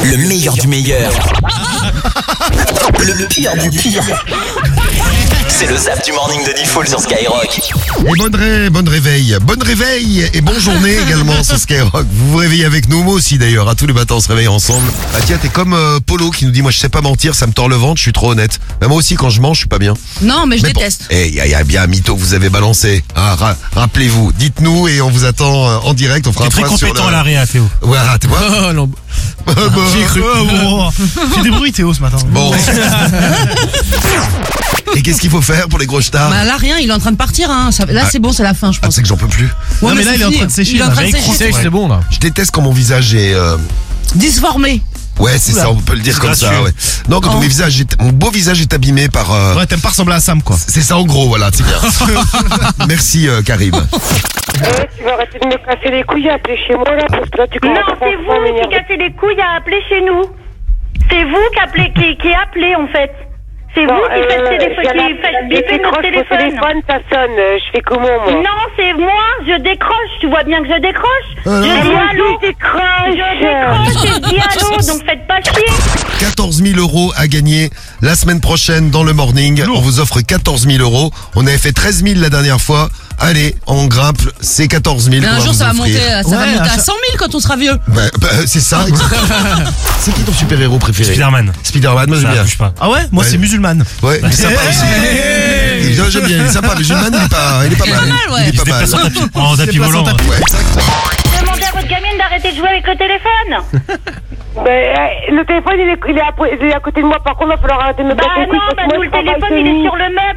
Le meilleur du meilleur. Le pire du pire. C'est le Zap du Morning de Diffoul sur Skyrock. Et bonne réveil et bonne journée également sur Skyrock. Vous vous réveillez avec nous, moi aussi d'ailleurs, tous les matins on se réveille ensemble. Ah tiens, t'es comme Polo qui nous dit moi je sais pas mentir, ça me tord le ventre, je suis trop honnête. Mais moi aussi quand je mange je suis pas bien. Non mais je déteste. Et il y a bien un mytho que vous avez balancé. Ah, rappelez-vous, dites-nous et on vous attend en direct, on fera un point sur le... Très compétent à la réa, Théo. Ouais, tu vois. Oh non. J'ai cru. J'ai des bruits Théo ce matin. Bon. Et qu'est-ce qu'il faut faire pour les gros stars? Bah là rien, il est en train de partir hein. Là c'est bon, c'est la fin je Ah, pense. c'est que j'en peux plus. Ouais, non mais là il est en train de sécher. Il est en train de sécher. C'est bon là. Je déteste quand mon visage est... Disformé. Ouais, c'est ça, on peut le dire comme ça, gracieux. ouais. Non, quand mon beau visage est abîmé par... Ouais, t'aimes pas ressembler à Sam quoi. C'est ça en gros, voilà, c'est bien. Merci Karim. Tu vas arrêter de me casser les couilles à appeler chez moi là, parce que là tu commences Non, c'est vous qui cassez les couilles à appeler chez nous. C'est vous qui appelez en fait. C'est vous qui faites bipper notre téléphone. Ça sonne, je fais comment moi? Non, c'est moi, je décroche. Tu vois bien que je décroche. Je dis allô. Je décroche et je dis allô, donc faites pas chier. 14 000 € à gagner la semaine prochaine dans le morning. On vous offre 14 000 €. On avait fait 13 000 la dernière fois. Allez, on grimpe, c'est 14 000. Mais un jour ça va monter à 100 000 quand on sera vieux. C'est ça. C'est qui ton super-héros préféré? Spider-Man. Spider-Man, moi j'aime bien. Ah ouais? Moi c'est musulman. Ouais, il est sympa aussi. J'aime bien, il est sympa. Mais Musulman, il est pas mal. Ouais. Il est pas mal. En tapis volant. Ouais, exactement. Demandez à votre gamine d'arrêter de jouer avec le téléphone. Le téléphone il est à côté de moi, par contre il va falloir arrêter de me Bah casser les couilles. non, nous le téléphone il est sur le meuble,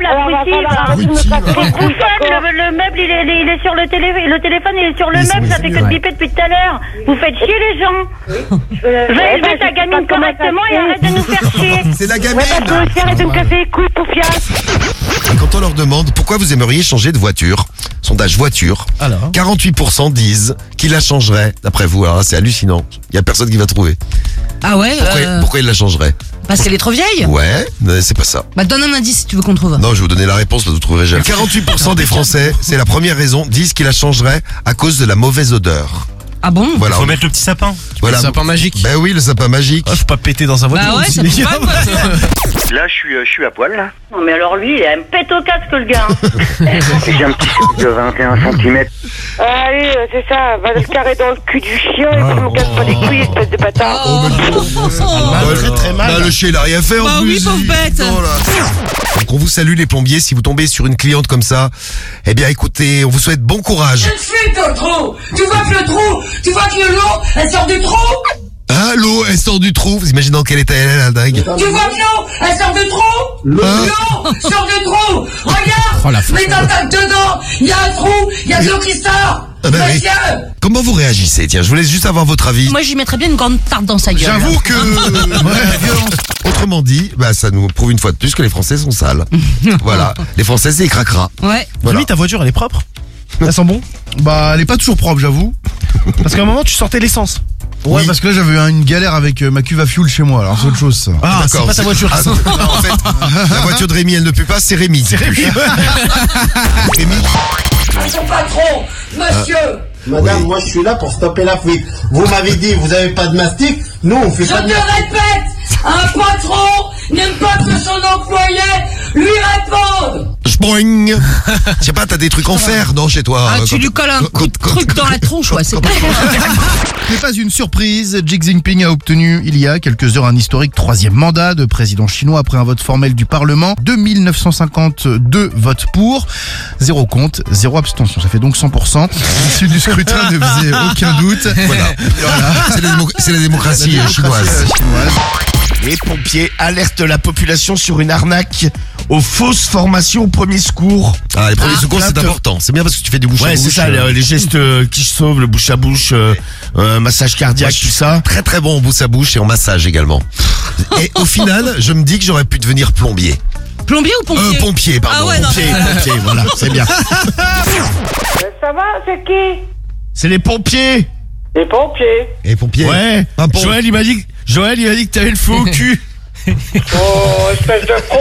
le meuble il est sur le téléphone. Le téléphone il est sur le meuble, ça fait que de biper depuis tout à l'heure. Vous faites chier les gens. Va élever ta gamine correctement et arrête de nous faire chier. C'est la gamine. Ouais, bah toi aussi arrête de me casser les couilles, Poufias. Et quand on leur demande pourquoi vous aimeriez changer de voiture, sondage voiture, Alors 48% disent qu'ils la changeraient. D'après vous, alors c'est hallucinant. Il y a personne qui va trouver. Ah ouais Pourquoi ils la changeraient? Parce qu'elle est trop vieille. Ouais, mais c'est pas ça. Bah donne un indice si tu veux qu'on trouve. Non, je vais vous donner la réponse, là vous trouverez jamais. 48% des Français, c'est la première raison, disent qu'ils la changeraient à cause de la mauvaise odeur. Ah bon? Voilà. Faut mettre le petit sapin. Voilà. Le sapin magique. Ben oui, le sapin magique. Faut pas péter dans sa voiture. Bah ouais, ça fait pas une voiture. Là, je suis à poil, là. Non mais alors lui il a un pète au casque le gars. J'ai un petit sac de 21 cm. Allez, c'est ça, va le carrer dans le cul du chien et tu me casses pas les couilles, espèce de bâtard. Très mal. Bah, le chien, il a rien fait en Bah plus. oui, pauvre bête. Oh là. Donc on vous salue les plombiers, si vous tombez sur une cliente comme ça, eh bien écoutez, on vous souhaite bon courage. Fuite dans le trou. Tu vois que l'eau, elle sort du trou. Ah, l'eau, elle sort du trou. Vous imaginez dans quel état elle est, la dingue? Tu vois que l'eau, elle sort du trou. L'eau sort du trou. Regarde, mets ta tête dedans. Il y a un trou, il y a de l'eau qui sort. Ah bah oui. Monsieur. Comment vous réagissez? Tiens, je voulais juste avoir votre avis. Moi j'y mettrais bien une grande tarte dans sa gueule. J'avoue que... Autrement dit, bah ça nous prouve une fois de plus que les Français sont sales. Voilà, les Français c'est cracra. Ouais. Voilà. Jimmy, ta voiture elle est propre? Elle sent bon? Bah, elle est pas toujours propre, j'avoue. Parce qu'à un moment tu sortais l'essence. Ouais, Oui. parce que là, j'avais eu une galère avec ma cuve à fuel chez moi, alors c'est autre chose, ça. Ah, c'est pas ta voiture. Ah, non, en fait, la voiture de Rémi, elle ne pue pas, c'est Rémi. C'est Rémi. Rémi. Mon patron, monsieur. Madame, moi je suis là pour stopper la fuite. Vous m'avez dit, vous avez pas de mastic. Nous, on fait Je pas te de mastic. répète, un patron n'aime pas que son employé lui réponde. Boing. Je sais pas, t'as des trucs en fer, non, chez toi? Ah, tu lui colles un coup de truc dans la tronche, ouais, c'est pas. Ce n'est pas une surprise, Xi Jinping a obtenu il y a quelques heures un historique 3e mandat de président chinois après un vote formel du Parlement. 2952 votes pour, 0 contre, 0 abstention. Ça fait donc 100%. L'issue du scrutin ne faisait aucun doute. Voilà. C'est la démocratie chinoise. Les pompiers alertent la population sur une arnaque aux fausses formations au premier secours. Ah, les premiers secours, c'est important. C'est bien parce que tu fais du bouche à bouche. Ouais, c'est ça, les gestes qui sauvent, le bouche à bouche, massage cardiaque, tout ça. Très très bon en bouche à bouche et en massage également. Et au final, je me dis que j'aurais pu devenir plombier. Plombier ou pompier? Pompier, pardon. Ah ouais, non. Pompier, voilà, c'est bien. Ça va, c'est qui? C'est les pompiers. Les pompiers. Et pompier. Ouais. Un pont. Joël, il m'a dit que t'avais le feu au cul. Oh, espèce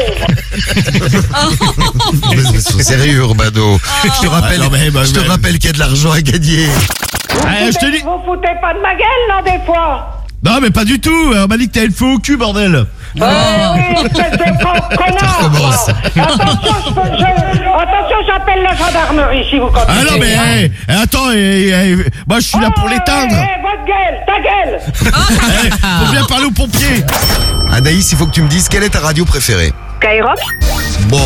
de con. Sérieux, Urbano. Je te rappelle, je te rappelle qu'il y a de l'argent à gagner. Je te dis. Vous foutez pas de ma gueule, non, des fois? Non, mais pas du tout. On m'a dit que t'avais le feu au cul, bordel. Oui, espèce de connard. recommence. Attention, j'appelle la gendarmerie si vous continuez. Ah non, mais attends, moi je suis là pour l'éteindre. Votre gueule, ta gueule. Faut bien parler aux pompiers. Anaïs, il faut que tu me dises quelle est ta radio préférée. Skyrock. Bon.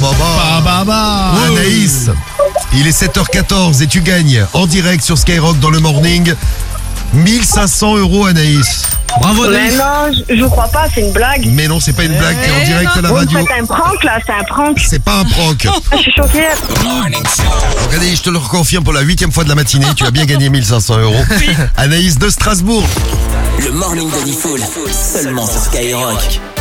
Anaïs, il est 7h14 et tu gagnes en direct sur Skyrock dans le morning 1500 € Anaïs. Bravo, Mais Anaïs. non, je vous crois pas, c'est une blague. Mais non, c'est pas une blague, t'es en direct à la Vous me radio. faites un prank là, c'est un prank. C'est pas un prank. Je suis choquée. Donc Anaïs, je te le reconfirme pour la 8e fois de la matinée, tu as bien gagné 1500 €. Anaïs de Strasbourg. Le morning de Diffoul, seulement sur Skyrock.